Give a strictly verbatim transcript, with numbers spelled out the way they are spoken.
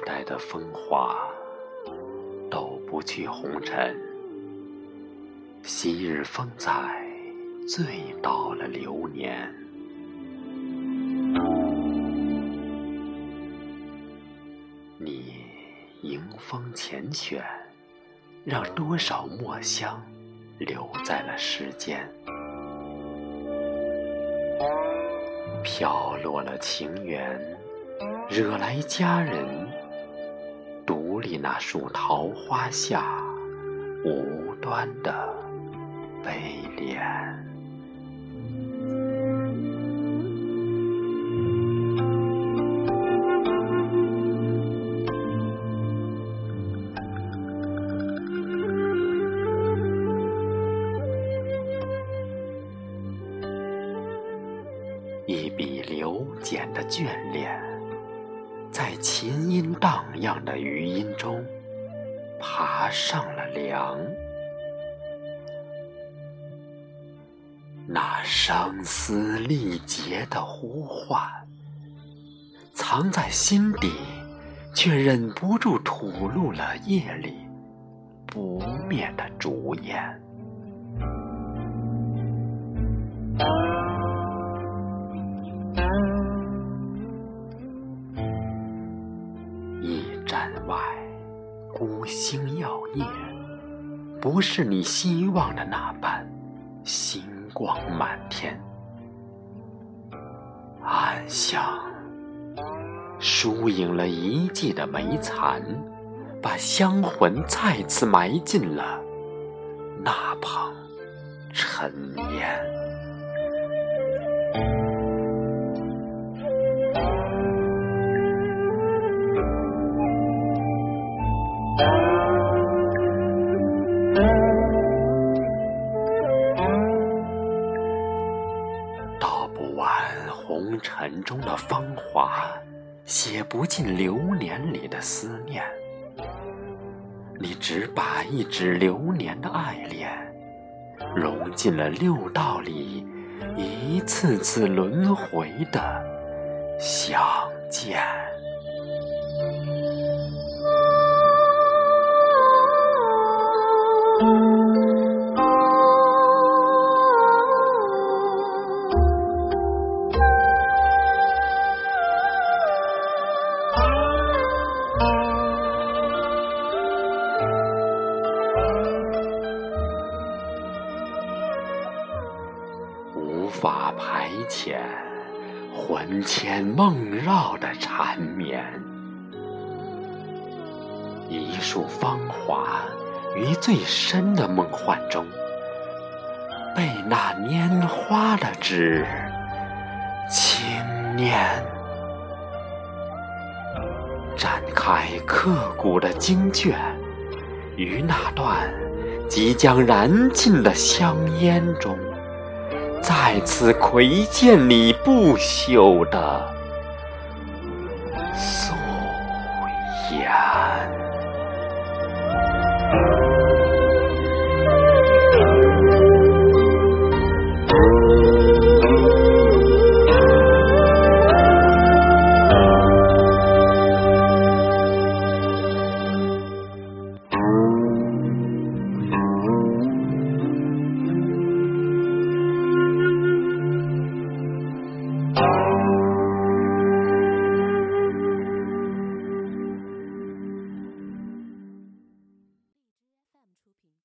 代的风华，抖不去红尘。昔日风采，醉倒了流年。你迎风缱绻，让多少墨香留在了世间。飘落了情缘，惹来佳人，独立那树桃花下，无端的悲怜。一笔流简的眷恋，在琴音荡漾的余音中爬上了梁。那声嘶力竭的呼唤，藏在心底，却忍不住吐露了夜里不灭的烛焰。驿站外，孤星耀夜，不是你希望的那般星光满天。暗香疏影了一季的梅残，把香魂再次埋进了那旁尘烟。道不完红尘中的芳华，写不尽流年里的思念。你只把一纸流年的爱恋，融进了六道里一次次轮回的相见。无法排遣魂牵梦绕的缠绵，一束芳华于最深的梦幻中，被那拈花的纸轻念。展开刻骨的经卷，于那段即将燃尽的香烟中，再次窥见你不朽的素